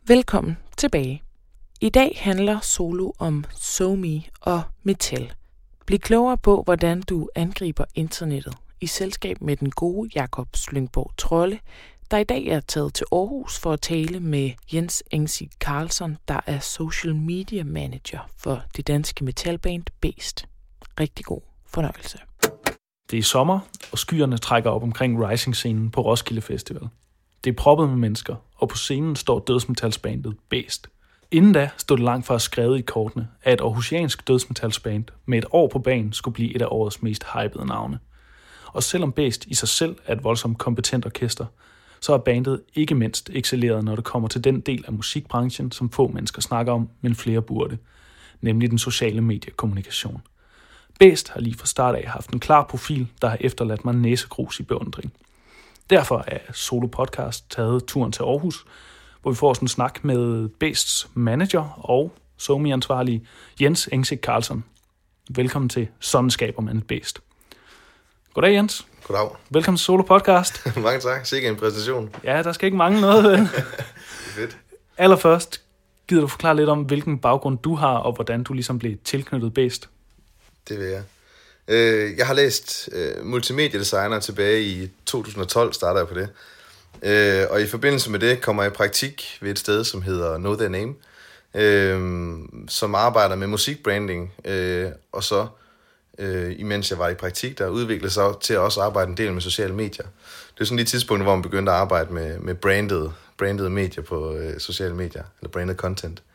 Velkommen tilbage. I dag handler Solo om SoMe og metal. Bliv klogere på, hvordan du angriber internettet i selskab med den gode Jakob Slyngborg Trolle, der i dag er taget til Aarhus for at tale med Jens Engsig Karlsson, der er social media manager for det danske metalband Bæst. Rigtig god fornøjelse. Det er sommer, og skyerne trækker op omkring Rising-scenen på Roskilde Festival. Det er proppet med mennesker, og på scenen står dødsmetalsbandet Bæst. Inden da stod det langt fra skrevet i kortene, at et aarhusiansk dødsmetalsband med et år på banen skulle blive et af årets mest hypede navne. Og selvom Bæst i sig selv er et voldsomt kompetent orkester, så er bandet ikke mindst excelleret, når det kommer til den del af musikbranchen, som få mennesker snakker om, men flere burde, nemlig den sociale mediekommunikation. Bæst har lige fra start af haft en klar profil, der har efterladt mig næsegrus i beundring. Derfor er Solo Podcast taget turen til Aarhus, hvor vi får sådan en snak med Bæsts manager og SoMe-ansvarlige Jens Engsig Karlsson. Velkommen til Sådan skaber man et Bæst. Goddag Jens. Goddag. Velkommen til Solo Podcast. Mange tak. Sikke en præsentation. Ja, der skal ikke mangle noget. Det er fedt. Allerførst, gider du forklare lidt om, hvilken baggrund du har, og hvordan du ligesom blev tilknyttet Bæst? Det vil jeg. Jeg har læst multimediedesigner tilbage i 2012, starter jeg på det. Og i forbindelse med det kommer jeg i praktik ved et sted, som hedder Know Their Name, som arbejder med musikbranding. Og så, imens jeg var i praktik, der udviklede sig til at også arbejde en del med sociale medier. Det er sådan de tidspunkter, hvor man begyndte at arbejde med branded medier på sociale medier, eller branded content.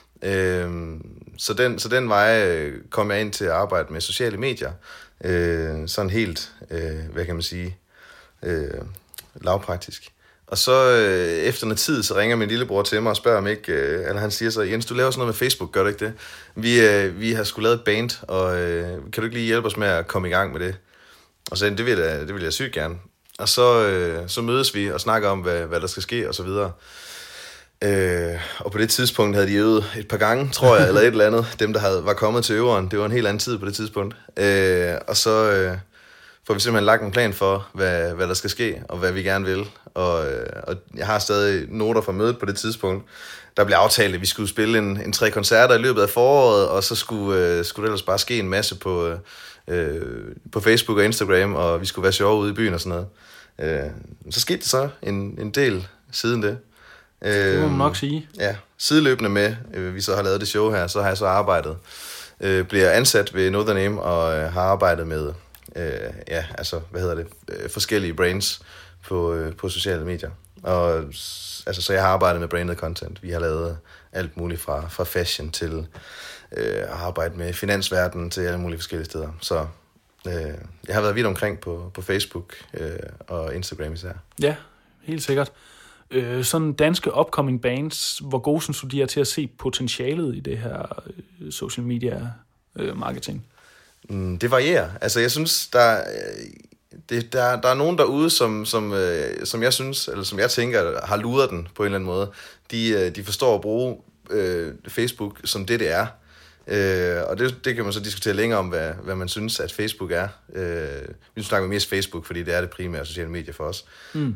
Så den vej kom jeg ind til at arbejde med sociale medier, sådan helt, hvad kan man sige, lavpraktisk. Og så efter noget tid, så ringer min lillebror til mig og spørger om ikke, eller han siger så, Jens, du laver sådan noget med Facebook, gør du ikke det? Vi har sgu lavet et band, og kan du ikke lige hjælpe os med at komme i gang med det? Og så det vil jeg sygt gerne. Og så mødes vi og snakker om, hvad der skal ske, og så videre. Og på det tidspunkt havde de øvet et par gange, tror jeg, eller et eller andet. Dem, der var kommet til øveren, det var en helt anden tid på det tidspunkt. Og så får vi simpelthen lagt en plan for, hvad der skal ske, og hvad vi gerne vil. Og jeg har stadig noter fra mødet på det tidspunkt. Der blev aftalt, at vi skulle spille en 3 koncerter i løbet af foråret, og så skulle det ellers bare ske en masse på Facebook og Instagram, og vi skulle være sjove ude i byen og sådan noget. Så skete det så en del siden det. Det må man nok sige. Ja, sideløbende med, vi så har lavet det show her, så har jeg så arbejdet, bliver ansat ved Know Their Name, og har arbejdet med, forskellige brands på sociale medier. Og altså, så jeg har arbejdet med branded content. Vi har lavet alt muligt fra fashion til at arbejde med finansverdenen til alle mulige forskellige steder. Så jeg har været vidt omkring på Facebook og Instagram især. Ja, helt sikkert. Sådan danske upcoming bands, hvor gode synes du de er til at se potentialet i det her social media marketing? Det varierer. Altså jeg synes, der er nogen derude, som jeg synes, eller som jeg tænker, har luret den på en eller anden måde. De forstår at bruge Facebook som det er. Og det kan man så diskutere længere om, hvad man synes, at Facebook er. Vi snakker mest Facebook, fordi det er det primære sociale medier for os.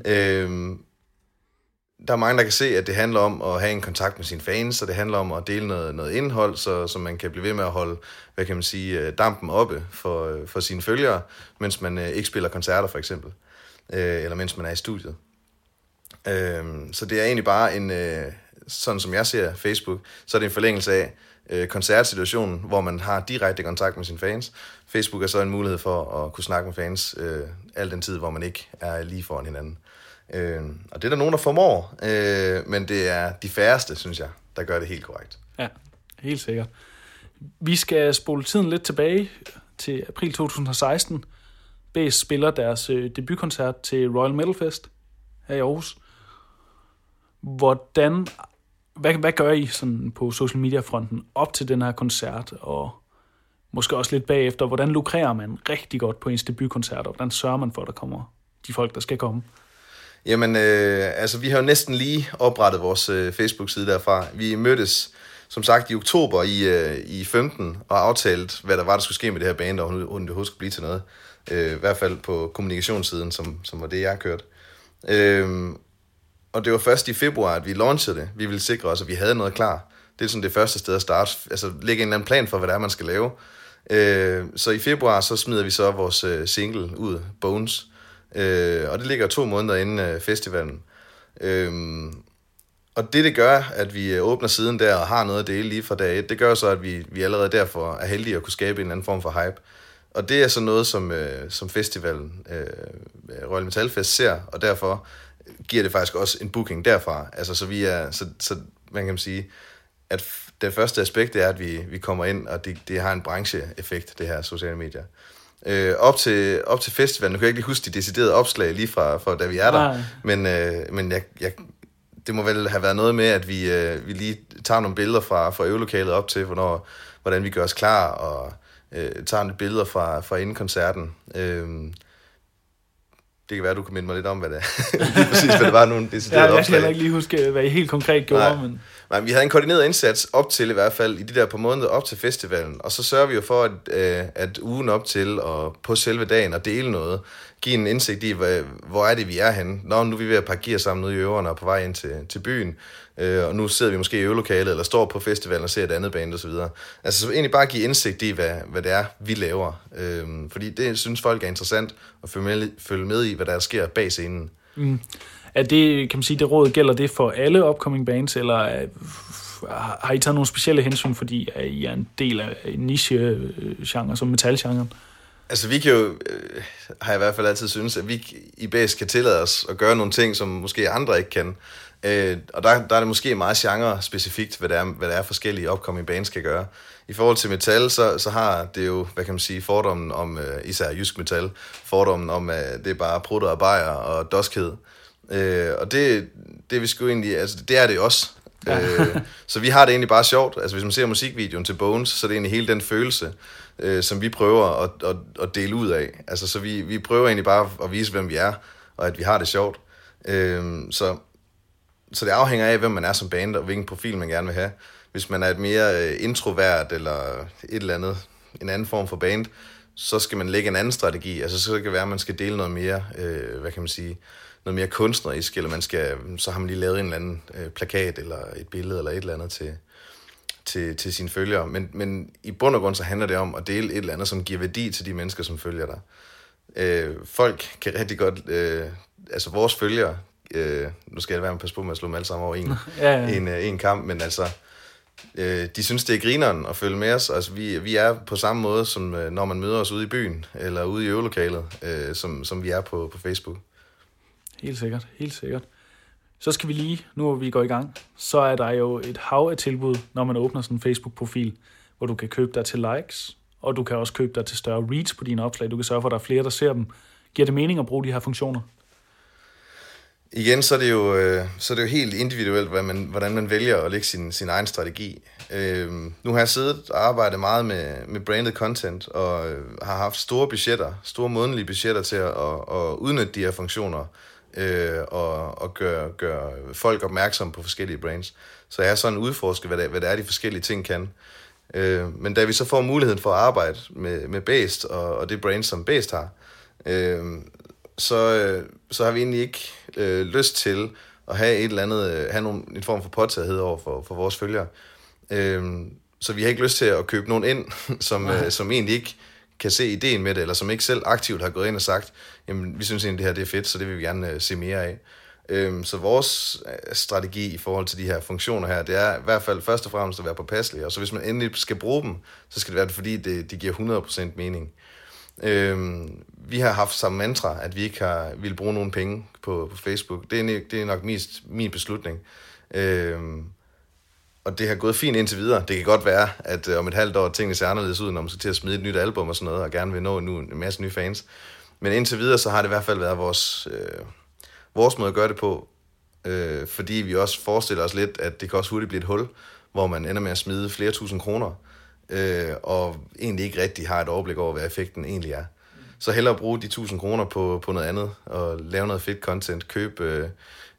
Der er mange, der kan se, at det handler om at have en kontakt med sine fans, og det handler om at dele noget indhold, så man kan blive ved med at holde, hvad kan man sige, dampen oppe for sine følgere, mens man ikke spiller koncerter for eksempel, eller mens man er i studiet. Så det er egentlig bare sådan som jeg ser Facebook, så er det en forlængelse af koncertsituationen, hvor man har direkte kontakt med sine fans. Facebook er så en mulighed for at kunne snakke med fans al den tid, hvor man ikke er lige foran hinanden. Og det er der nogen, der formår, men det er de færreste, synes jeg, der gør det helt korrekt. Ja, helt sikkert. Vi skal spole tiden lidt tilbage til april 2016. Bæst spiller deres debutkoncert til Royal Metal Fest her i Aarhus. Hvad gør I sådan på social media fronten op til den her koncert, og måske også lidt bagefter? Hvordan lukrerer man rigtig godt på ens debutkoncert, og hvordan sørger man for, at der kommer de folk, der skal komme? Jamen, vi har jo næsten lige oprettet vores Facebook-side derfra. Vi mødtes, som sagt, i oktober i 15 og aftalt, hvad der var, der skulle ske med det her band, og hun det overhovedet skulle blive til noget. I hvert fald på kommunikationssiden, som var det, jeg kørte. Og det var først i februar, at vi launchede det. Vi ville sikre os, at vi havde noget klar. Det er sådan det første sted at starte. Altså lægge en eller anden plan for, hvad det er, man skal lave. Så i februar, så smider vi så vores single ud, Bones. Og det ligger 2 måneder inden festivalen. Og det gør, at vi åbner siden der og har noget at dele lige fra dag 1, det gør så, at vi allerede derfor er heldige at kunne skabe en eller anden form for hype. Og det er så noget, som festivalen, Royal Metal Fest, ser, og derfor giver det faktisk også en booking derfra. Altså, så man kan sige, at det første aspekt er, at vi kommer ind, og det har en brancheeffekt, det her sociale medier. Op til festivalen, nu kan jeg ikke lige huske de deciderede opslag lige fra da vi er der, men jeg det må vel have været noget med, at vi lige tager nogle billeder fra øvelokalet op til, hvordan vi gør os klar, og tager nogle billeder fra inden koncerten. Det kan være, du kan minde mig lidt om, hvad det er. Lige præcis, hvad det var nogle deciderede opslag. Jeg kan heller ikke lige huske, hvad I helt konkret gjorde. Nej, vi havde en koordineret indsats op til i hvert fald, i de der par måneder op til festivalen, og så sørger vi jo for, at ugen op til, og på selve dagen, at dele noget, give en indsigt i, hvor er det, vi er henne. Nu er vi ved at parkere sammen ude i øverne og på vej ind til byen, og nu sidder vi måske i øvelokalet, eller står på festivalen og ser et andet band osv. Altså så egentlig bare give indsigt i, hvad det er, vi laver. Fordi det synes folk er interessant at følge med i, hvad der sker bag scenen. Mm. Er det, kan man sige, det råd gælder det for alle upcoming bands, eller har I taget nogle specielle hensyn, fordi I er en del af en niche-genre, som metalgenren? Altså vi kan jo, har jeg i hvert fald altid synes, at vi i base kan tillade os at gøre nogle ting, som måske andre ikke kan. Og der er det måske meget genre-specifikt, hvad det er forskellige upcoming bands kan gøre. I forhold til metal, så har det jo, hvad kan man sige, fordommen om, især jysk metal, fordommen om, at det er bare prutter og bajer og doskhed. Og det er vi sgu egentlig, altså det er det også. Ja. Så vi har det egentlig bare sjovt. Altså hvis man ser musikvideoen til Bones, så er det egentlig hele den følelse, som vi prøver at dele ud af. Altså så vi prøver egentlig bare at vise, hvem vi er, og at vi har det sjovt. Så det afhænger af, hvem man er som band, og hvilken profil man gerne vil have. Hvis man er et mere introvert, eller et eller andet, en anden form for band, så skal man lægge en anden strategi. Altså så kan det være, at man skal dele noget mere, hvad kan man sige, noget mere kunstnerisk, eller så har man lige lavet en eller anden plakat, eller et billede, eller et eller andet til sine følgere. Men i bund og grund, så handler det om at dele et eller andet, som giver værdi til de mennesker, som følger dig. Folk kan rigtig godt, altså vores følgere, nu skal jeg være med at passe på med at slå dem alle sammen over en kamp, men altså, de synes, det er grineren at følge med os. Altså, vi er på samme måde, som når man møder os ude i byen, eller ude i øvelokalet, som vi er på Facebook. Helt sikkert, helt sikkert. Så skal vi lige, nu hvor vi går i gang, så er der jo et hav af tilbud, når man åbner sådan en Facebook-profil, hvor du kan købe dig til likes, og du kan også købe dig til større reach på dine opslag. Du kan sørge for, at der er flere, der ser dem. Giver det mening at bruge de her funktioner? Igen, så er det jo helt individuelt, hvordan man vælger at lægge sin egen strategi. Nu har jeg siddet og arbejdet meget med branded content, og har haft store månedlige budgetter til at udnytte de her funktioner, og gøre folk opmærksomme på forskellige brands. Så jeg har sådan udforsket, hvad det er, de forskellige ting kan. Men da vi så får muligheden for at arbejde med Based, og det brand, som Based har, så har vi egentlig ikke lyst til at have et eller andet, en form for påtagethed over for vores følgere. Så vi har ikke lyst til at købe nogen ind, som egentlig ikke kan se ideen med det, eller som ikke selv aktivt har gået ind og sagt, jamen vi synes egentlig, det her det er fedt, så det vil vi gerne se mere af. Så vores strategi i forhold til de her funktioner her, det er i hvert fald først og fremmest at være påpasselig, og så hvis man endelig skal bruge dem, så skal det være fordi det giver 100% mening. Vi har haft samme mantra, at vi ikke har ville bruge nogen penge på Facebook. Det er nok mest min beslutning. Og det har gået fint indtil videre. Det kan godt være, at om et halvt år tingene ser anderledes ud, når man skal til at smide et nyt album og sådan noget, og gerne vil nå nu en masse nye fans. Men indtil videre, så har det i hvert fald været vores måde at gøre det på. Fordi vi også forestiller os lidt, at det kan også hurtigt blive et hul, hvor man ender med at smide flere tusind kroner, og egentlig ikke rigtig har et overblik over, hvad effekten egentlig er. Så hellere bruge de 1000 kroner på noget andet, og lave noget fedt content, købe,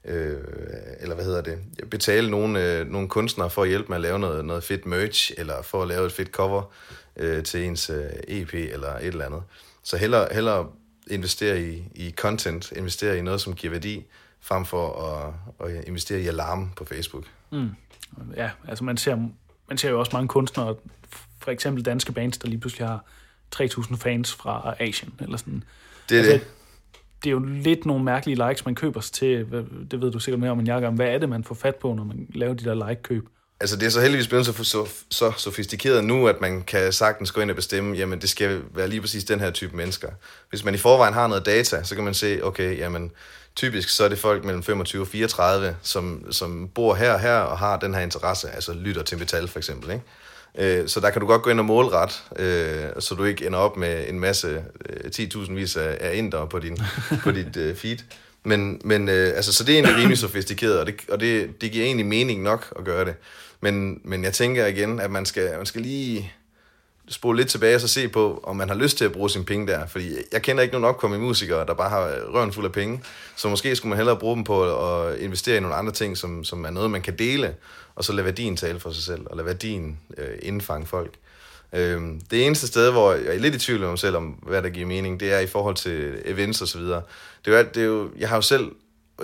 betale nogle kunstnere for at hjælpe med at lave noget fedt merch, eller for at lave et fedt cover til ens EP, eller et eller andet. Så hellere investere i content, investere i noget, som giver værdi, frem for at investere i alarm på Facebook. Ja, altså man ser jo også mange kunstnere, for eksempel danske bands, der lige pludselig har 3.000 fans fra Asien, eller sådan. Det er jo lidt nogle mærkelige likes, man køber sig til. Det ved du sikkert mere om end jeg gør. Hvad er det, man får fat på, når man laver de der like-køb? Altså, det er så heldigvis blevet så sofistikeret nu, at man kan sagtens gå ind og bestemme, jamen, det skal være lige præcis den her type mennesker. Hvis man i forvejen har noget data, så kan man se, okay, jamen, typisk så er det folk mellem 25 og 34, som bor her og her og har den her interesse, altså lytter til metal for eksempel, ikke? Så der kan du godt gå ind og målrette, så du ikke ender op med en masse 10.000 vis af indere på dit feed. Men altså, så det er egentlig rimelig sofistikeret, og det giver egentlig mening nok at gøre det. Men jeg tænker igen, at man skal lige spole lidt tilbage og så se på, om man har lyst til at bruge sine penge der. Fordi jeg kender ikke nogen opkommende musikere, der bare har røven fuld af penge. Så måske skulle man hellere bruge dem på at investere i nogle andre ting, som er noget, man kan dele, og så lade værdien tale for sig selv, og lade værdien indfange folk. Det eneste sted, hvor jeg er lidt i tvivl om selv, om hvad der giver mening, det er i forhold til events og så videre. Det er jo, jeg har jo selv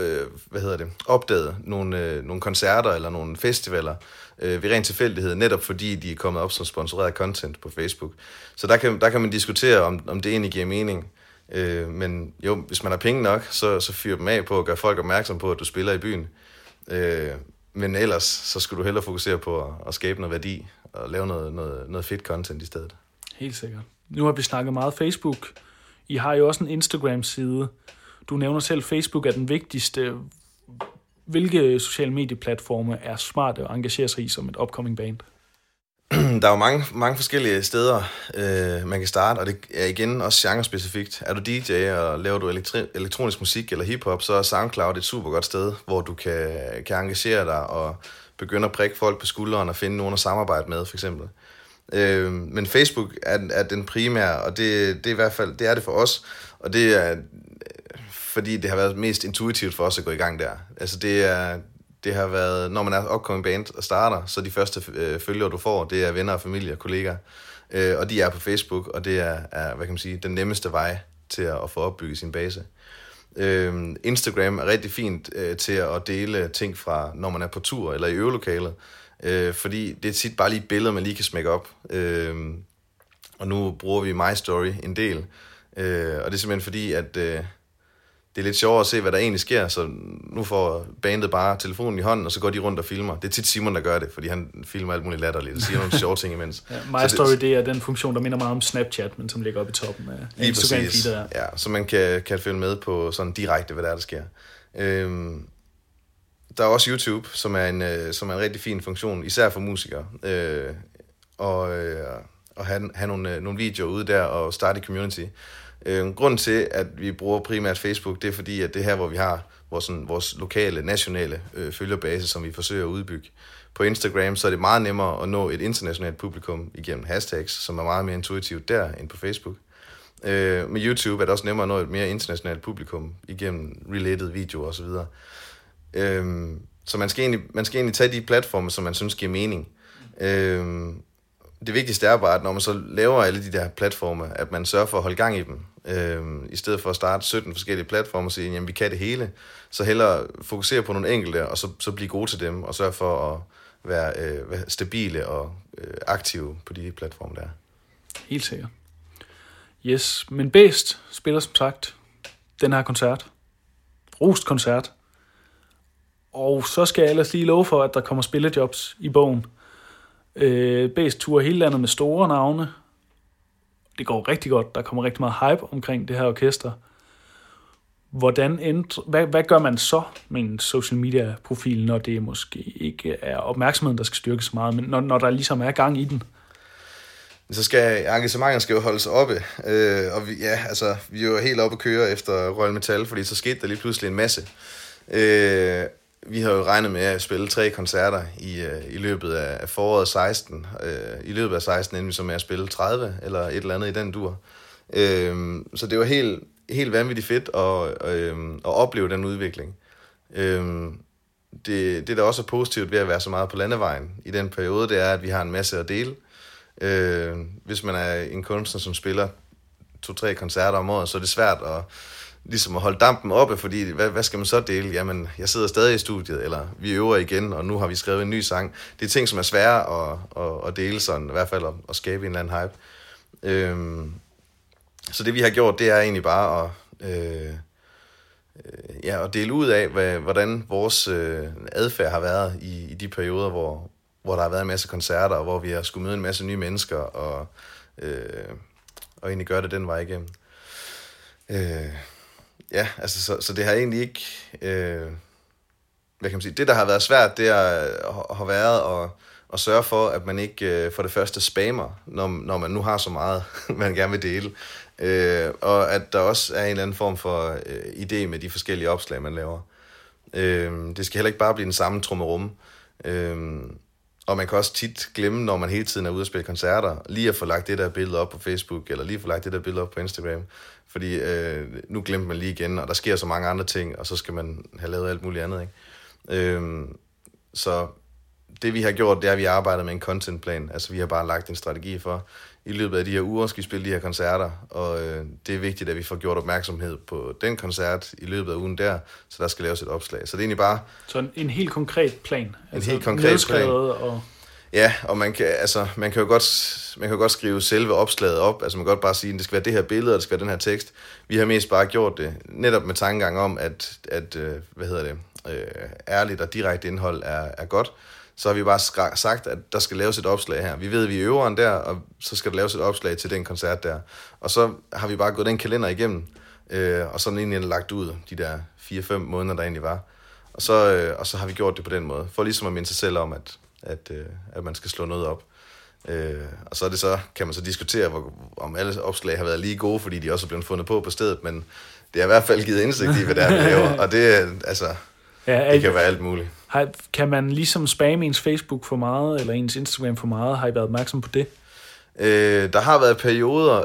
opdaget nogle koncerter eller nogle festivaler ved ren tilfældighed, netop fordi de er kommet op som sponsoreret content på Facebook. Så der kan man diskutere, om det egentlig giver mening. Men jo, hvis man har penge nok, så fyr dem af på at gøre folk opmærksom på, at du spiller i byen. Men ellers, så skulle du hellere fokusere på at skabe noget værdi og lave noget fedt content i stedet. Helt sikkert. Nu har vi snakket meget Facebook. I har jo også en Instagram-side. Du nævner selv, Facebook er den vigtigste. Hvilke sociale medieplatforme er smart at engagere sig i som et upcoming band? Der er jo mange forskellige steder, man kan starte, og det er igen også genrespecifikt. Er du DJ og laver du elektronisk musik eller hiphop, så er SoundCloud et super godt sted, hvor du kan engagere dig og begynde at prikke folk på skulderen og finde nogen at samarbejde med, for eksempel. Men Facebook er den primære, og det er i hvert fald det er det for os, og det er fordi det har været mest intuitivt for os at gå i gang der. Altså det har været, når man er upcoming band og starter, så de første følgere, du får, det er venner og familie og kollegaer. Og de er på Facebook, og det er, hvad kan man sige, den nemmeste vej til at få opbygget sin base. Instagram er rigtig fint til at dele ting fra, når man er på tur eller i øvelokalet, fordi det er tit bare lige et billede, man lige kan smække op. Og nu bruger vi My Story en del, og det er simpelthen fordi, at det er lidt sjovere at se, hvad der egentlig sker, så nu får bandet bare telefonen i hånden, og så går de rundt og filmer. Det er tit Simon, der gør det, fordi han filmer alt muligt latterligt og siger nogle sjove ting imens. Ja, My Story, det er den funktion, der minder meget om Snapchat, men som ligger oppe i toppen af Instagram-feedet der. Ja, så man kan følge med på sådan direkte, hvad der sker. Der er også YouTube, som er en rigtig fin funktion, især for musikere. Og have nogle videoer ude der og starte i community. Grunden til, at vi bruger primært Facebook, det er fordi, at det er her, hvor vi har vores lokale, nationale følgerbase, som vi forsøger at udbygge. På Instagram, så er det meget nemmere at nå et internationalt publikum igennem hashtags, som er meget mere intuitivt der, end på Facebook. Med YouTube er det også nemmere at nå et mere internationalt publikum igennem related videoer osv. Så man skal egentlig tage de platforme, som man synes giver mening. Det vigtigste er bare, at når man så laver alle de der platforme, at man sørger for at holde gang i dem. I stedet for at starte 17 forskellige platforme og sige, jamen vi kan det hele, så hellere fokusere på nogle enkelte, og så blive gode til dem, og sørge for at være stabile og aktive på de platforme der. Helt sikkert. Yes, men Bæst spiller som sagt den her koncert. Rost koncert. Og så skal jeg ellers lige love for, at der kommer spillejobs i bogen. Bæst turer hele landet med store navne. Det går rigtig godt. Der kommer rigtig meget hype omkring det her orkester. Hvad gør man så med en social media profil, når det måske ikke er opmærksomheden, der skal styrkes så meget, men når der ligesom er gang i den? Så skal engagementet jo holdes oppe, og vi er jo helt oppe at køre efter Royal Metal, fordi så skete der lige pludselig en masse. Vi har jo regnet med at spille 3 koncerter i løbet af foråret 16. I løbet af 16 endte vi så med at spille 30 eller et eller andet i den dur. Så det var helt vanvittigt fedt at opleve den udvikling. Det der også er positivt ved at være så meget på landevejen i den periode, det er, at vi har en masse at dele. Hvis man er en kunstner, som spiller 2-3 koncerter om året, så er det svært ligesom at holde dampen oppe, fordi hvad skal man så dele? Jamen, jeg sidder stadig i studiet, eller vi øver igen, og nu har vi skrevet en ny sang. Det er ting, som er svære at dele sådan, i hvert fald at skabe en eller anden hype. Så det vi har gjort, det er egentlig bare at dele ud af, hvordan vores adfærd har været i de perioder, hvor der har været en masse koncerter, og hvor vi har skulle møde en masse nye mennesker, og egentlig gøre det den vej igennem. Så det har egentlig ikke... hvad kan man sige? Det, der har været svært, det har været at sørge for, at man ikke for det første spammer, når man nu har så meget, man gerne vil dele. Og at der også er en eller anden form for idé med de forskellige opslag, man laver. Det skal heller ikke bare blive den samme trummerum. Og man kan også tit glemme, når man hele tiden er ude at spille koncerter, lige at få lagt det der billede op på Facebook, eller lige få lagt det der billede op på Instagram. Fordi nu glemte man lige igen, og der sker så mange andre ting, og så skal man have lavet alt muligt andet, ikke? Så det vi har gjort, det er, at vi arbejder med en contentplan. Altså vi har bare lagt en strategi for, i løbet af de her uger skal vi spille de her koncerter, og det er vigtigt, at vi får gjort opmærksomhed på den koncert i løbet af ugen der, så der skal laves et opslag. Så det er egentlig bare... Så en helt konkret plan. En helt konkret plan. Og... Ja, og man kan jo godt skrive selve opslaget op. Altså man kan godt bare sige, at det skal være det her billede, og det skal være den her tekst. Vi har mest bare gjort det netop med tankegang om, at ærligt og direkte indhold er godt. Så har vi bare sagt, at der skal laves et opslag her. Vi ved, at vi øver en der, og så skal der laves et opslag til den koncert der. Og så har vi bare gået den kalender igennem, og så er den egentlig lagt ud de der 4-5 måneder, der egentlig var. Og så har vi gjort det på den måde, for ligesom at minde sig selv om, at man skal slå noget op. Og så er det så, kan man så diskutere, om alle opslag har været lige gode, fordi de også er blevet fundet på stedet, men det har i hvert fald givet indsigt i, hvad det er, vi laver. Og det, det kan være alt muligt. Kan man ligesom spamme ens Facebook for meget, eller ens Instagram for meget? Har I været opmærksom på det? Der har været perioder,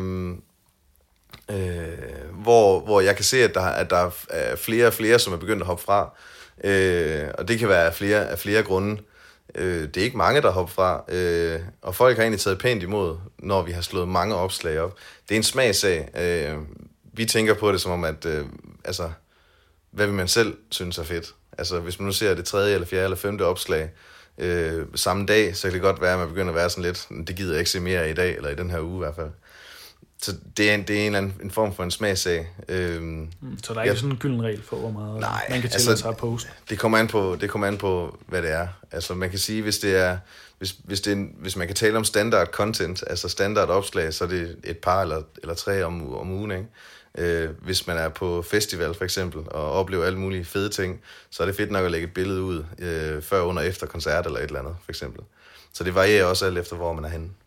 hvor jeg kan se, at der er flere og flere, som er begyndt at hoppe fra. Og det kan være af flere grunde. Det er ikke mange, der hopper fra. Og folk har egentlig taget pænt imod, når vi har slået mange opslag op. Det er en smagsag. Vi tænker på det som om, at hvad vil man selv synes er fedt? Altså, hvis man nu ser det 3., eller 4., eller 5. opslag samme dag, så kan det godt være, at man begynder at være sådan lidt, det gider jeg ikke se mere i dag, eller i den her uge i hvert fald. Så det er en eller anden form for en smagsag. Så der er ikke sådan en gylden regel for, hvor meget man kan tillade sig at poste? Det kommer an på, hvad det er. Altså, man kan sige, hvis man kan tale om standard content, altså standard opslag, så er det et par eller 3 om ugen, ikke? Hvis man er på festival for eksempel, og oplever alle mulige fede ting, så er det fedt nok at lægge et billede ud før, under, efter koncert eller et eller andet for eksempel. Så det varierer også alt efter, hvor man er henne.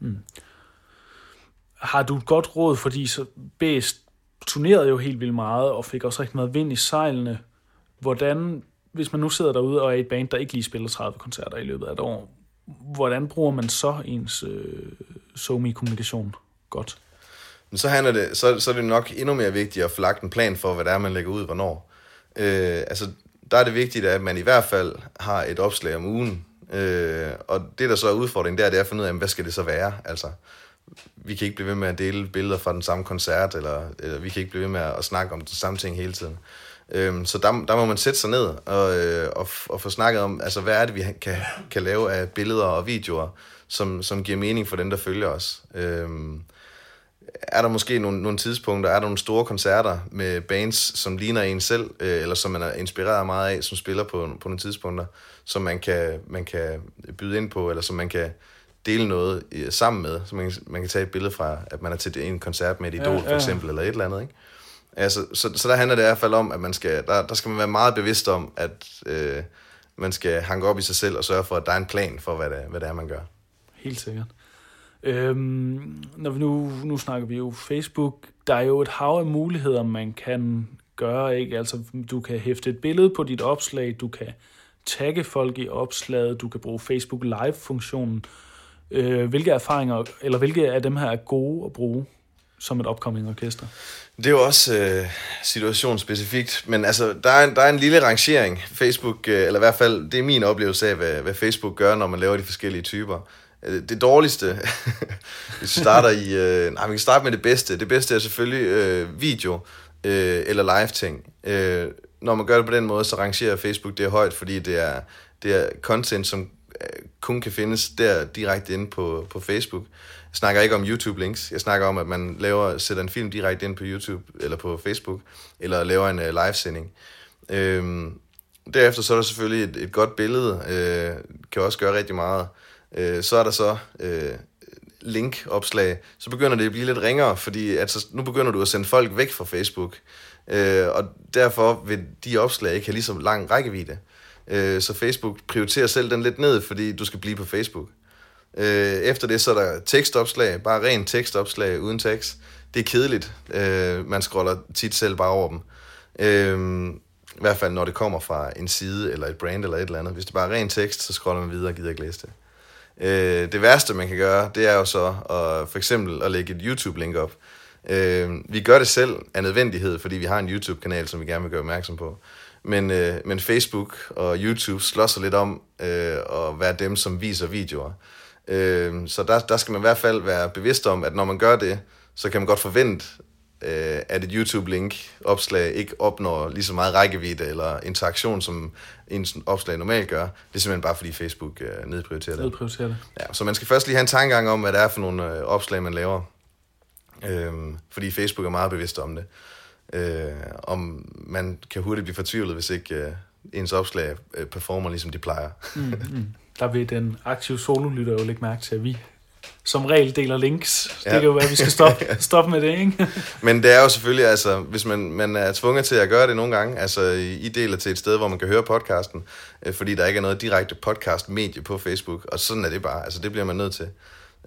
Har du et godt råd, fordi så Bæst turnerede jo helt vildt meget, og fik også rigtig meget vind i sejlene. Hvordan, hvis man nu sidder derude og er et band, der ikke lige spiller 30 koncerter i løbet af et år, hvordan bruger man så ens SoMe-kommunikation godt? Men så er det nok endnu mere vigtigt at få lagt en plan for, hvad det er, man lægger ud, hvornår. Der er det vigtigt, at man i hvert fald har et opslag om ugen. Og det, der så er udfordringen, det er at finde ud af, hvad skal det så være? Altså, vi kan ikke blive ved med at dele billeder fra den samme koncert, eller vi kan ikke blive ved med at snakke om det samme ting hele tiden. Så der må man sætte sig ned og få snakket om, altså, hvad er det, vi kan lave af billeder og videoer, som giver mening for dem, der følger os. Er der måske nogle tidspunkter, er der nogle store koncerter med bands, som ligner en selv, eller som man er inspireret meget af, som spiller på nogle tidspunkter, som man kan byde ind på, eller som man kan dele noget sammen med, så man kan tage et billede fra, at man er til en koncert med et idol, for eksempel, eller et eller andet, ikke? Altså, så der handler det i hvert fald om, at der skal man være meget bevidst om, at man skal hanke op i sig selv og sørge for, at der er en plan for, hvad det er, man gør. Helt sikkert. Når vi nu snakker vi jo Facebook, der er jo et hav af muligheder, man kan gøre, ikke? Altså, du kan hæfte et billede på dit opslag, du kan tagge folk i opslaget, du kan bruge Facebook Live-funktionen. Hvilke erfaringer, eller hvilke af dem her er gode at bruge som et upcoming orkester? Det er jo også situationsspecifikt, men altså, der er en lille rangering. Facebook, eller i hvert fald, det er min oplevelse af, hvad Facebook gør, når man laver de forskellige typer. Det dårligste, hvis vi starter vi kan starte med det bedste. Det bedste er selvfølgelig video, eller live-ting. Når man gør det på den måde, så rangerer Facebook det højt, fordi det er content, som kun kan findes der direkte inde på Facebook. Jeg snakker ikke om YouTube-links. Jeg snakker om, at man sætter en film direkte ind på YouTube eller på Facebook, eller laver en livesending. Derefter så er der selvfølgelig et godt billede, kan også gøre rigtig meget. Så er der så link-opslag. Så begynder det at blive lidt ringere, fordi nu begynder du at sende folk væk fra Facebook. Og derfor vil de opslag ikke have lige så lang rækkevidde. Så Facebook prioriterer selv den lidt ned, fordi du skal blive på Facebook. Efter det så er der tekstopslag, bare ren tekstopslag uden tekst. Det er kedeligt. Man scroller tit selv bare over dem. I hvert fald når det kommer fra en side eller et brand eller et eller andet. Hvis det bare er ren tekst, så scroller man videre og gider ikke læse det. Det værste man kan gøre, det er jo så for eksempel at lægge et YouTube-link op. Vi gør det selv af nødvendighed, fordi vi har en YouTube-kanal, som vi gerne vil gøre opmærksom på. Men Facebook og YouTube slås sig lidt om at være dem, som viser videoer. Så der skal man i hvert fald være bevidst om, at når man gør det, så kan man godt forvente, at et YouTube-link-opslag ikke opnår lige så meget rækkevidde eller interaktion, som en opslag normalt gør. Det er simpelthen bare, fordi Facebook nedprioriterer det. Ja, så man skal først lige have en tankegang om, hvad det er for nogle opslag, man laver. Fordi Facebook er meget bevidst om det. Om man kan hurtigt blive fortvivlet, hvis ikke ens opslag performer, ligesom de plejer. Der vil den aktive sololytter jo lægge mærke til, at vi som regel deler links. Det ja. kan jo være, at vi skal stoppe med det, ikke? Men det er jo selvfølgelig, altså, hvis man er tvunget til at gøre det nogle gange, altså I deler til et sted, hvor man kan høre podcasten, fordi der ikke er noget direkte podcast-medie på Facebook, og sådan er det bare, altså det bliver man nødt til.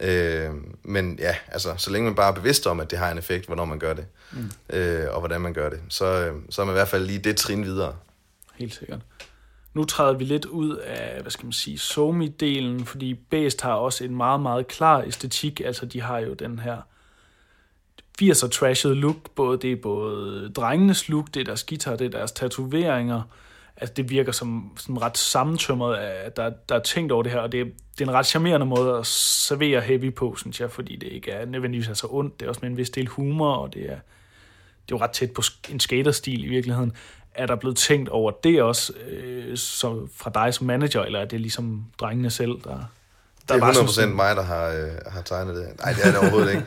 Men ja, altså, så længe man bare er bevidst om, at det har en effekt, hvornår man gør det, og hvordan man gør det, så er man i hvert fald lige det trin videre. Helt sikkert. Nu træder vi lidt ud af, SoMe-delen, fordi Bæst har også en meget, meget klar æstetik. Altså, de har jo den her 80'er trashed look. Det er både drengenes look, det er deres guitar, det er deres tatoveringer. Altså, det virker som ret sammentømret, at der er tænkt over det her, og det er en ret charmerende måde at servere heavy på, synes jeg, fordi det ikke er nødvendigvis så ondt. Det er også med en vis del humor, og det er jo ret tæt på en skaterstil i virkeligheden. Er der blevet tænkt over det også fra dig som manager, eller er det ligesom drengene selv, der det er 100% mig, der har tegnet det. Nej, det er det overhovedet ikke.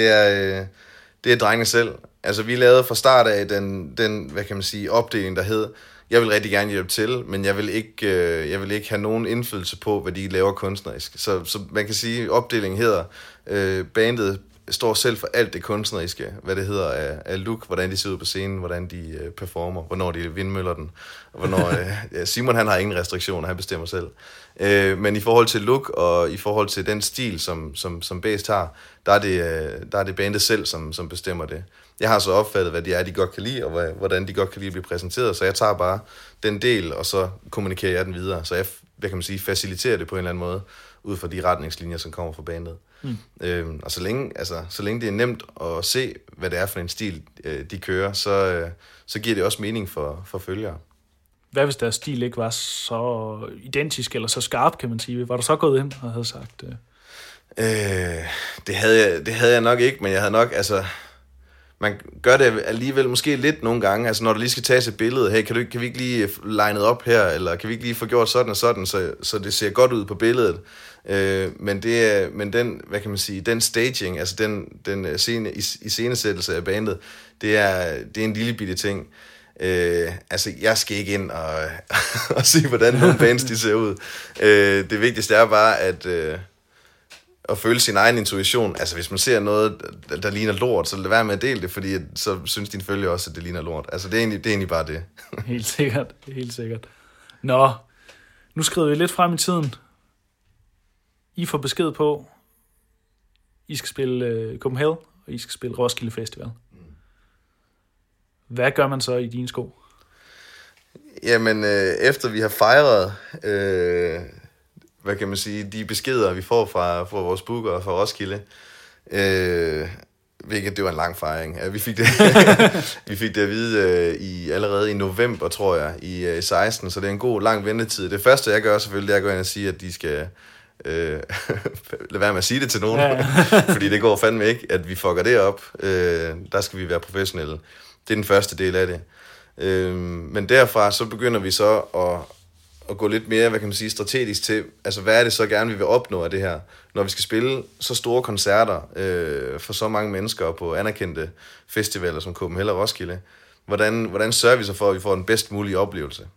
Det er drengene selv. Altså, vi lavede fra start af den hvad kan man sige, opdeling, der hed, jeg vil rigtig gerne hjælpe til, men jeg vil ikke have nogen indflydelse på, hvad de laver kunstnerisk. Så man kan sige, opdelingen hedder, bandet står selv for alt det kunstneriske, hvad det hedder af look, hvordan de ser ud på scenen, hvordan de performer, hvornår de vindmøller den, og hvornår Simon han har ingen restriktioner, han bestemmer selv. Men i forhold til look og i forhold til den stil, som Bæst har, der er det bandet selv, som bestemmer det. Jeg har så opfattet, hvad de godt kan lide, og hvordan de godt kan lide at blive præsenteret, så jeg tager bare den del, og så kommunikerer jeg den videre. Så jeg kan man sige, faciliterer det på en eller anden måde, ud fra de retningslinjer, som kommer fra bandet. Og så længe det er nemt at se, hvad det er for en stil, de kører, så giver det også mening for følgere. Hvad hvis deres stil ikke var så identisk eller så skarp, kan man sige? Var du så gået ind og havde sagt det? Det havde jeg nok ikke, men jeg havde nok, altså... Man gør det alligevel måske lidt nogle gange, altså når der lige skal tages et billede, hey, kan vi ikke lige linet op her, eller kan vi ikke lige få gjort sådan og sådan, så det ser godt ud på billedet. Men den, hvad kan man sige, den staging, altså den iscenesættelse af bandet, det er en lille bitte ting. Altså, jeg skal ikke ind og se, hvordan nogle bands de ser ud. Det vigtigste er bare, at føle sin egen intuition. Altså, hvis man ser noget, der ligner lort, så lad være med at dele det, fordi så synes dine følgere også, at det ligner lort. Altså, det er egentlig bare det. Helt sikkert. Nå, nu skrider vi lidt frem i tiden. I får besked på, I skal spille Copenhagen, og I skal spille Roskilde Festival. Hvad gør man så i dine sko? Jamen, efter vi har fejret... hvad kan man sige, de beskeder, vi får fra vores booker og fra Roskilde, hvilket det var en lang fejring. Vi fik det at vide allerede i november, tror jeg, i 16, så det er en god, lang ventetid. Det første, jeg gør selvfølgelig, det er at gå ind og sige, at de skal lade være med at sige det til nogen, fordi det går fandme ikke, at vi fucker det op. Der skal vi være professionelle. Det er den første del af det. Men derfra så begynder vi så at gå lidt mere, hvad kan man sige, strategisk til, altså hvad er det så gerne, vi vil opnå af det her, når vi skal spille så store koncerter for så mange mennesker på anerkendte festivaler som Copenhagen og Roskilde. Hvordan sørger vi så for, at vi får den bedst mulige oplevelse?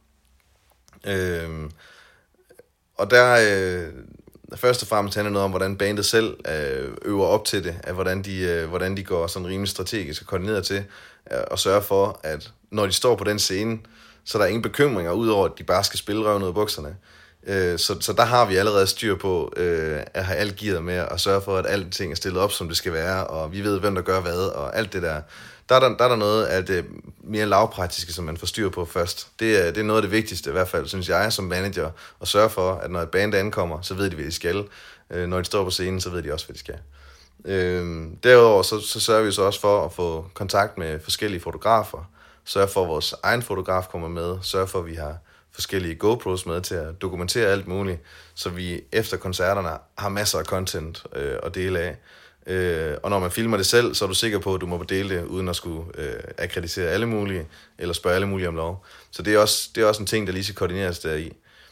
Og der først og fremmest handler noget om, hvordan bandet selv øver op til det, af hvordan de går sådan rimelig strategisk og koordineret til at sørge for, at når de står på den scene, så der er ingen bekymringer, udover at de bare skal spille røven ud af bukserne. Så der har vi allerede styr på at have alt gearet med, og sørge for, at alting er stillet op, som det skal være, og vi ved, hvem der gør hvad, og alt det der. Der er der noget af det mere lavpraktiske, som man får styr på først. Det er noget af det vigtigste, i hvert fald, synes jeg, som manager, at sørge for, at når et band ankommer, så ved de, hvad de skal. Når de står på scenen, så ved de også, hvad de skal. Derudover så sørger vi så også for at få kontakt med forskellige fotografer, sørge for, at vores egen fotograf kommer med, sørge for, at vi har forskellige GoPros med til at dokumentere alt muligt, så vi efter koncerterne har masser af content at dele af. Og når man filmer det selv, så er du sikker på, at du må dele det, uden at skulle akkreditere alle mulige, eller spørge alle mulige om lov. Så det er også en ting, der lige skal koordineres deri.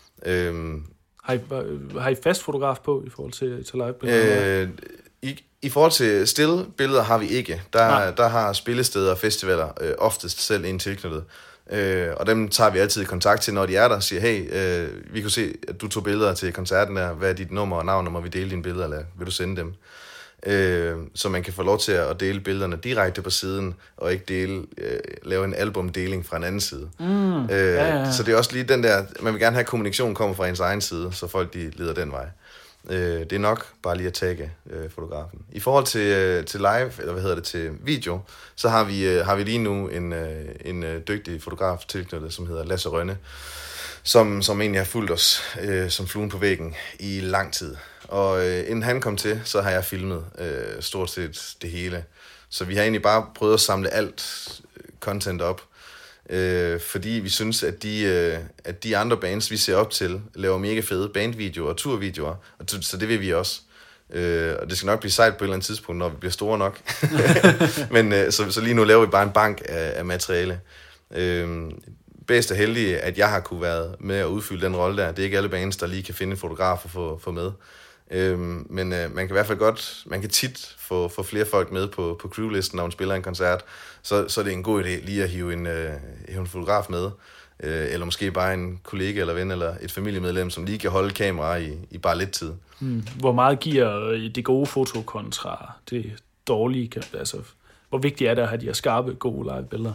Har I fast fotograf på i forhold til live-billeder? I forhold til stillbilleder har vi ikke. Der har spillesteder og festivaler oftest selv en tilknyttet. Og dem tager vi altid i kontakt til, når de er der, og siger, hey, vi kunne se, at du tog billeder til koncerten der. Hvad er dit nummer og navn, og må vi dele dine billeder, eller vil du sende dem? Så man kan få lov til at dele billederne direkte på siden, og ikke lave en albumdeling fra en anden side. Så det er også lige den der, man vil gerne have, at kommunikation kommer fra ens egen side, så folk de leder den vej. Det er nok bare lige at tagge fotografen. I forhold til live, eller til video, så har vi lige nu en dygtig fotograf tilknyttet, som hedder Lasse Rønne, som egentlig har fulgt os som fluen på væggen i lang tid. Og inden han kom til, så har jeg filmet stort set det hele. Så vi har egentlig bare prøvet at samle alt content op, fordi vi synes, at de andre bands, vi ser op til, laver mega fede bandvideoer og turvideoer, og så det vil vi også. Og det skal nok blive sejt på et eller andet tidspunkt, når vi bliver store nok. Men så lige nu laver vi bare en bank af materiale. Bedst og heldig, at jeg har kunne være med at udfylde den rolle der. Det er ikke alle bands, der lige kan finde en fotograf og få med. Men man kan i hvert fald godt, man kan tit få flere folk med på crewlisten, når man spiller en koncert, så er det en god idé lige at hive en fotograf med, eller måske bare en kollega eller ven, eller et familiemedlem, som lige kan holde kamera i bare lidt tid. Hvor meget giver det gode foto kontra det dårlige? Altså, hvor vigtigt er det at have de her skarpe, gode live-billeder?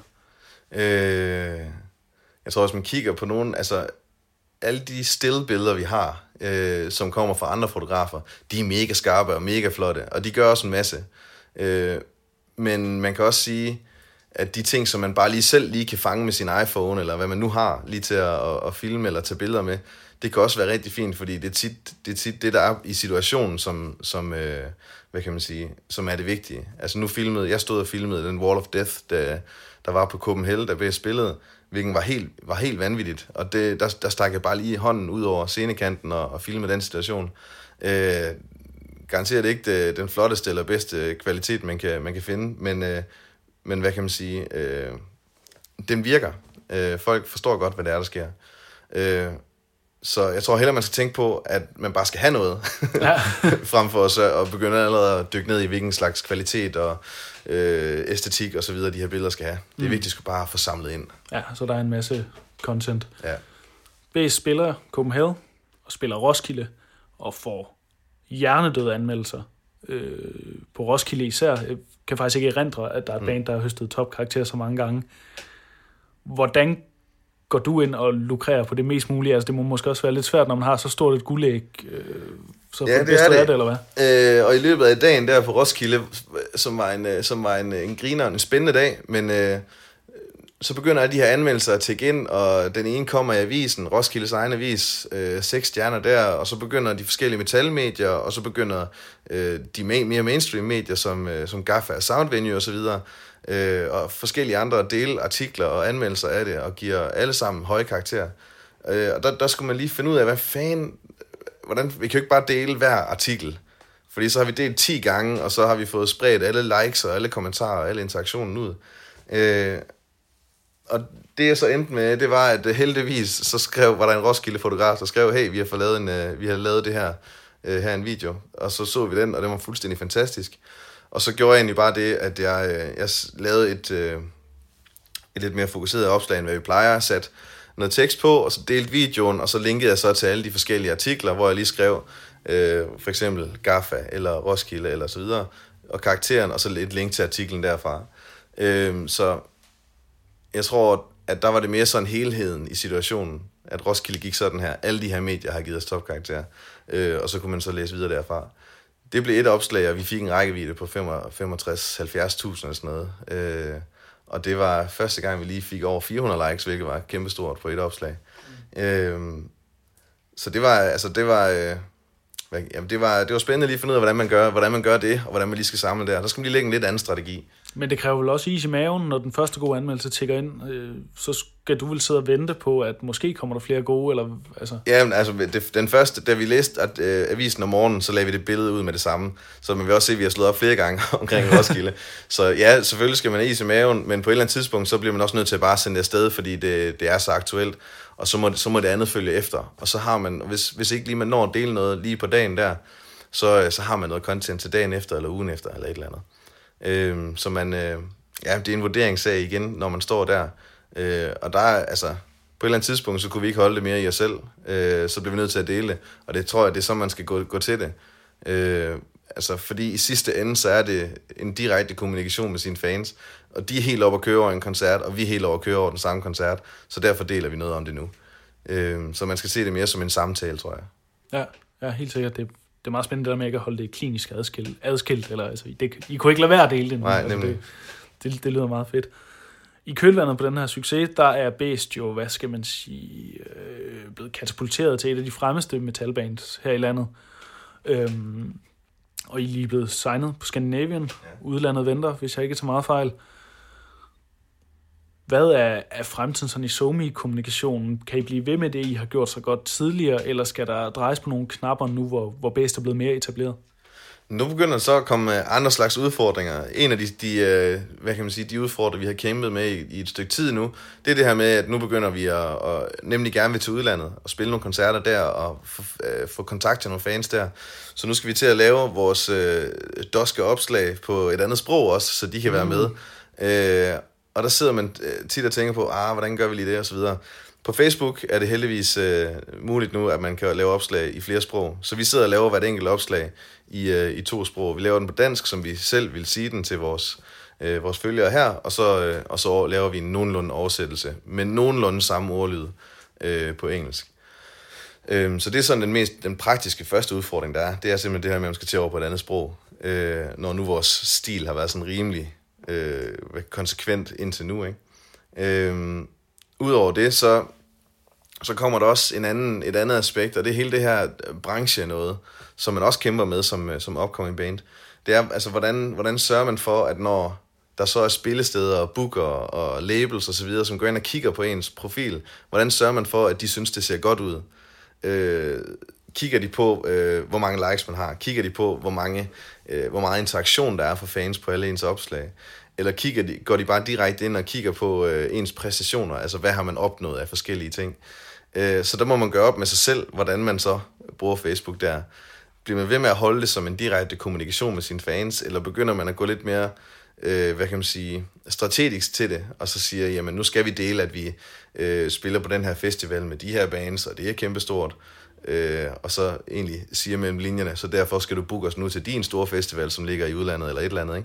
Jeg tror, hvis man kigger på nogen, altså alle de stillbilleder, vi har, som kommer fra andre fotografer, de er mega skarpe og mega flotte, og de gør også en masse. Men man kan også sige, at de ting, som man bare lige kan fange med sin iPhone, eller hvad man nu har lige til at filme eller tage billeder med, det kan også være rigtig fint, fordi det er tit det, der er i situationen, som hvad kan man sige, som er det vigtige. Altså nu jeg stod og filmede den Wall of Death, der var på Copenhagen, der blev spillet, hvilken var helt vanvittigt. Og der stak jeg bare lige hånden ud over scenekanten og filmede den situation. Garanteret ikke den flotteste eller bedste kvalitet, man kan finde, men hvad kan man sige, den virker. Folk forstår godt, hvad det er, der sker. Så jeg tror hellere, man skal tænke på, at man bare skal have noget, frem for at begynde allerede at dykke ned i, hvilken slags kvalitet og æstetik og så videre, de her billeder skal have. Det er vigtigt at bare få samlet ind. Ja, så der er en masse content. Ja. BS spiller Copenhagen og spiller Roskilde og får hjernedøde anmeldelser på Roskilde især. Jeg kan faktisk ikke erindre, at der er et band, der har høstet topkarakter så mange gange. Hvordan går du ind og lukrerer på det mest mulige? Altså, det må måske også være lidt svært, når man har så stort et guldæg. Så ja, det er det, eller hvad? Og i løbet af dagen der på Roskilde, som var en griner, en spændende dag, men så begynder alle de her anmeldelser at tække ind, og den ene kommer i avisen, Roskildes egen avis, 6 stjerner der, og så begynder de forskellige metalmedier, og så begynder de mere mainstream medier, som Gaffa og Soundvenue og så videre, og forskellige andre delartikler og anmeldelser af det, og giver alle sammen høje karakterer. Og der skulle man lige finde ud af, hvad fanden, vi kan jo ikke bare dele hver artikel, fordi så har vi delt 10 gange, og så har vi fået spredt alle likes og alle kommentarer og alle interaktionen ud. Og det jeg så endte med, det var, at heldigvis så var der en Roskilde-fotograf, der skrev, hey, vi har lavet det her, her en video. Og så vi den, og den var fuldstændig fantastisk. Og så gjorde jeg egentlig bare det, at jeg lavede et lidt mere fokuseret opslag, end hvad vi plejer. Satte noget tekst på, og så delte videoen, og så linkede jeg så til alle de forskellige artikler, hvor jeg lige skrev, for eksempel Gaffa, eller Roskilde, eller så videre, og karakteren, og så et link til artiklen derfra. Så jeg tror, at der var det mere sådan helheden i situationen, at Roskilde gik sådan her. Alle de her medier har givet os topkarakter, og så kunne man så læse videre derfra. Det blev et opslag, og vi fik en rækkevidde på 65-70.000 eller sådan noget. Og det var første gang, vi lige fik over 400 likes, hvilket var kæmpestort på et opslag. Så det var spændende lige at finde ud af, hvordan man gør det, og hvordan man lige skal samle det. Der skal man lige lægge en lidt anden strategi. Men det kræver vel også is i maven, når den første gode anmeldelse tikker ind. Så skal du vel sidde og vente på, at måske kommer der flere gode, eller altså... Ja, men altså, den første, da vi læste avisen om morgenen, så lagde vi det billede ud med det samme. Så man vil også se, at vi har slået op flere gange omkring Roskilde. Så ja, selvfølgelig skal man have is i maven, men på et eller andet tidspunkt, så bliver man også nødt til at bare sende det afsted, fordi det er så aktuelt. Og så må det andet følge efter. Og så har man, hvis ikke lige man når at dele noget lige på dagen der, så har man noget content til dagen efter, eller ugen efter, eller et eller andet. Så man, det er en vurderingssag igen, når man står der. Og der er, altså, på et eller andet tidspunkt, så kunne vi ikke holde det mere i os selv. Så bliver vi nødt til at dele det. Og det tror jeg, det er så, man skal gå til det. Altså, fordi i sidste ende, så er det en direkte kommunikation med sine fans. Og de er helt oppe at køre over en koncert, og vi er helt oppe at køre over den samme koncert. Så derfor deler vi noget om det nu. Så man skal se det mere som en samtale, tror jeg. Ja, helt sikkert. Det er meget spændende, det der med ikke at holde det klinisk adskilt eller altså, I kunne ikke lade være at dele det. Nej, altså, det lyder meget fedt. I kølvandet på den her succes, der er Bæst jo, hvad skal man sige, blevet katapulteret til et af de fremmeste metalbands her i landet. Og I er lige blevet signet på Scandinavian. Udlandet venter, hvis jeg ikke tager meget fejl. Hvad er fremtiden sådan i SoMe-kommunikationen? Kan I blive ved med det, I har gjort så godt tidligere, eller skal der drejes på nogle knapper nu, hvor Bæst er blevet mere etableret? Nu begynder der så at komme andre slags udfordringer. En af de hvad kan man sige, de udfordringer, vi har kæmpet med i et stykke tid nu, det er det her med, at nu begynder vi at nemlig gerne vil til udlandet og spille nogle koncerter der og få kontakt til nogle fans der. Så nu skal vi til at lave vores doske opslag på et andet sprog også, så de kan være med. Og der sidder man tit og tænker på, hvordan gør vi lige det, og så videre. På Facebook er det heldigvis muligt nu, at man kan lave opslag i flere sprog. Så vi sidder og laver hvert enkelt opslag i 2 sprog. Vi laver den på dansk, som vi selv vil sige den til vores følgere her, og så laver vi en nogenlunde oversættelse med nogenlunde samme ordlyd på engelsk. Så det er sådan den praktiske første udfordring, der er. Det er simpelthen det her med, at man skal til over på et andet sprog, når nu vores stil har været sådan rimelig konsekvent indtil nu, ikke? Udover det, så kommer der også et andet aspekt, og det er hele det her branche noget, som man også kæmper med som upcoming band. Det er, altså, hvordan sørger man for, at når der så er spillesteder og booker og labels og så videre, som går ind og kigger på ens profil, hvordan sørger man for, at de synes, det ser godt ud? Kigger de på, hvor mange likes man har? Kigger de på, hvor meget interaktion der er for fans på alle ens opslag? Eller går de bare direkte ind og kigger på ens præstationer, altså hvad har man opnået af forskellige ting. Så der må man gøre op med sig selv, hvordan man så bruger Facebook der. Bliver man ved med at holde det som en direkte kommunikation med sine fans, eller begynder man at gå lidt mere, hvad kan man sige, strategisk til det, og så siger, jamen nu skal vi dele, at vi spiller på den her festival med de her bands, og det er kæmpestort. Og så egentlig siger mellem linjerne, så derfor skal du booke os nu til din store festival, som ligger i udlandet eller et eller andet, ikke?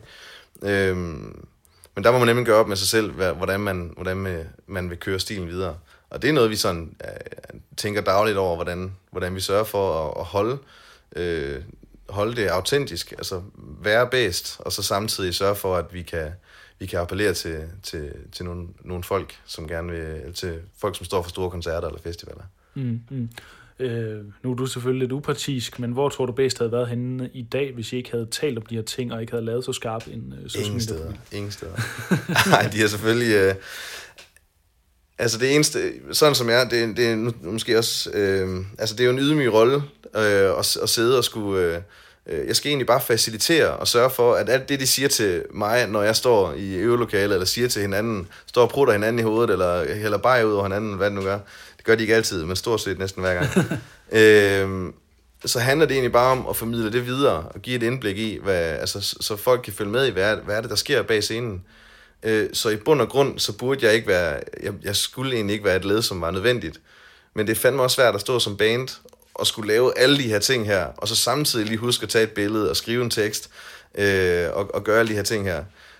Men der må man nemlig gøre op med sig selv, hvordan man vil køre stilen videre. Og det er noget, vi sådan tænker dagligt over, hvordan vi sørger for at holde det autentisk, altså være bedst, og så samtidig sørge for, at vi kan appellere til nogle folk, som gerne vil, til folk, som står for store koncerter eller festivaler. Nu er du selvfølgelig lidt upartisk, men hvor tror du bedst havde været henne i dag, hvis I ikke havde talt om de her ting, og ikke havde lavet så skarp en social media? Ingen steder. Nej, de er selvfølgelig... altså det eneste, sådan som jeg, det er måske også... altså det er jo en ydmyg rolle at sidde og skulle Jeg skal egentlig bare facilitere og sørge for, at alt det, de siger til mig, når jeg står i øvelokalet, eller siger til hinanden, står og prutter hinanden i hovedet, eller hælder bajer ud over hinanden, hvad det nu gør. Det gør de ikke altid, men stort set næsten hver gang. Så handler det egentlig bare om at formidle det videre, og give et indblik i, så folk kan følge med i, hvad er det, der sker bag scenen. Så i bund og grund, så burde jeg ikke være, jeg skulle egentlig ikke være et led, som var nødvendigt. Men det er fandme også svært at stå som band, og skulle lave alle de her ting her, og så samtidig lige huske at tage et billede, og skrive en tekst, og gøre alle de her ting her.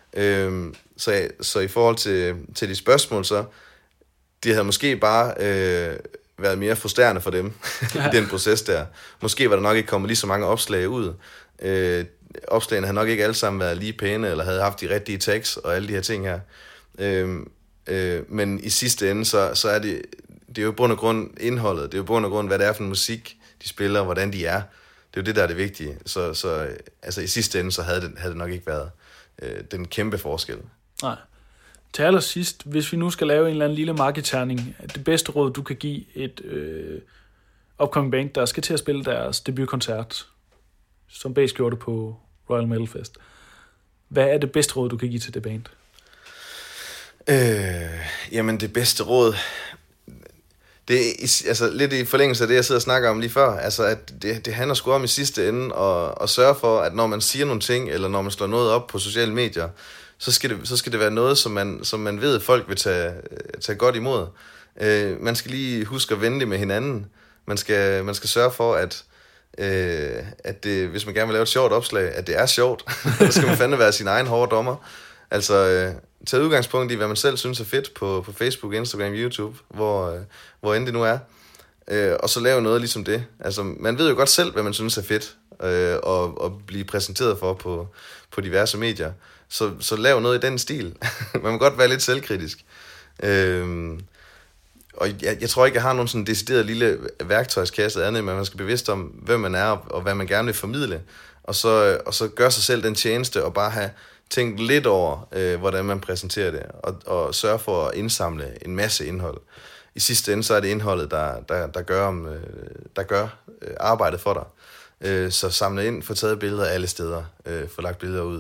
Så i forhold til de spørgsmål, så, det havde måske bare været mere frustrerende for dem, i den proces der. Måske var der nok ikke kommet lige så mange opslag ud. Opslagene havde nok ikke alle sammen været lige pæne, eller havde haft de rigtige tekster, og alle de her ting her. Men i sidste ende, så er det er jo i bund og grund indholdet, det er jo i bund og grund, hvad det er for en musik, de spiller, og hvordan de er. Det er jo det, der er det vigtige. Så altså, i sidste ende, så havde det nok ikke været den kæmpe forskel. Nej. Til allersidst, hvis vi nu skal lave en eller anden lille markedterning, det bedste råd, du kan give et upcoming band, der skal til at spille deres debutkoncert, som base gjorde det på Royal Metal Fest. Hvad er det bedste råd, du kan give til det band? Jamen, det bedste råd... Det er altså lidt i forlængelse af det, jeg sidder og snakker om lige før, altså at det handler sgu om i sidste ende at sørge for, at når man siger nogle ting, eller når man slår noget op på sociale medier, så skal det være noget, som man ved, at folk vil tage godt imod. Man skal lige huske at vende det med hinanden. Man skal sørge for, at det, hvis man gerne vil lave et sjovt opslag, at det er sjovt. Så skal man fandme være sin egen hårde dommer. Altså, tage udgangspunkt i, hvad man selv synes er fedt på Facebook, Instagram, YouTube, hvor end det nu er. Og så lave noget ligesom det. Altså, man ved jo godt selv, hvad man synes er fedt, og blive præsenteret for på diverse medier. Så lav noget i den stil. Man må godt være lidt selvkritisk. Og jeg tror ikke, jeg har nogen sådan decideret lille værktøjskasse andet, men man skal bevidst om, hvem man er, og hvad man gerne vil formidle. Og så gør sig selv den tjeneste, og bare have tænkt lidt over, hvordan man præsenterer det, og sørge for at indsamle en masse indhold. I sidste ende, så er det indholdet, der gør arbejdet for dig. Så samle ind, få taget billeder alle steder, få lagt billeder ud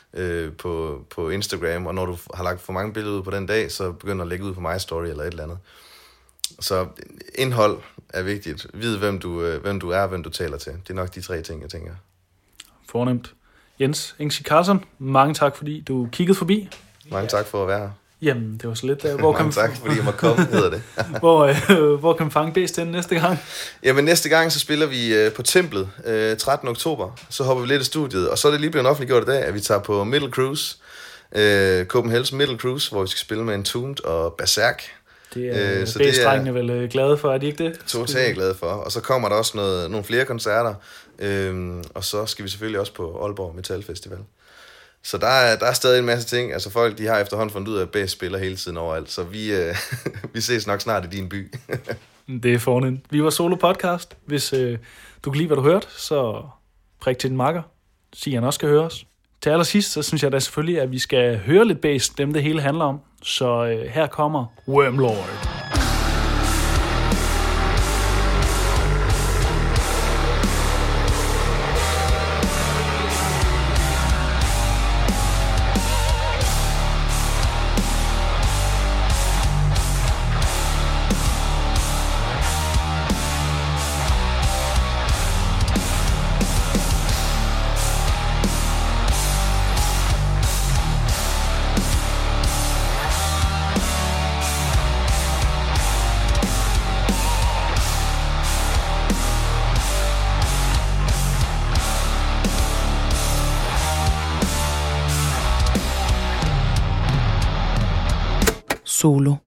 på Instagram, og når du har lagt for mange billeder ud på den dag, så begynder at lægge ud på My Story eller et eller andet. Så indhold er vigtigt. Vid, hvem du er, hvem du taler til. Det er nok de 3 ting, jeg tænker. Fornemt. Jens Engsig Karlsson, mange tak, fordi du kiggede forbi. Mange tak for at være her. Jamen, det var så lidt. Mange tak, fordi jeg må komme, hedder det. Hvor kan man fange bedst næste gang? Jamen, næste gang så spiller vi på Templet 13. oktober. Så hopper vi lidt i studiet, og så er det lige blevet offentliggjort i dag, at vi tager på Middle Cruise. Copenhagen's Middle Cruise, hvor vi skal spille med Entombed og Berserk. Det er bassdrengene vel glade for, er de ikke det? Totalt glade for. Og så kommer der også nogle flere koncerter. Og så skal vi selvfølgelig også på Aalborg Metal Festival. Så der er stadig en masse ting. Altså folk, de har efterhånden fundet ud af, at bass spiller hele tiden overalt. Så vi ses nok snart i din by. Det er fornemt. Vi var Solo Podcast. Hvis du kan lide, hvad du hørte, så prik til din makker. Sig, han også skal høre os. Til allersidst, så synes jeg da selvfølgelig, at vi skal høre lidt bass, dem det hele handler om. Så her kommer Wormlord. Solo.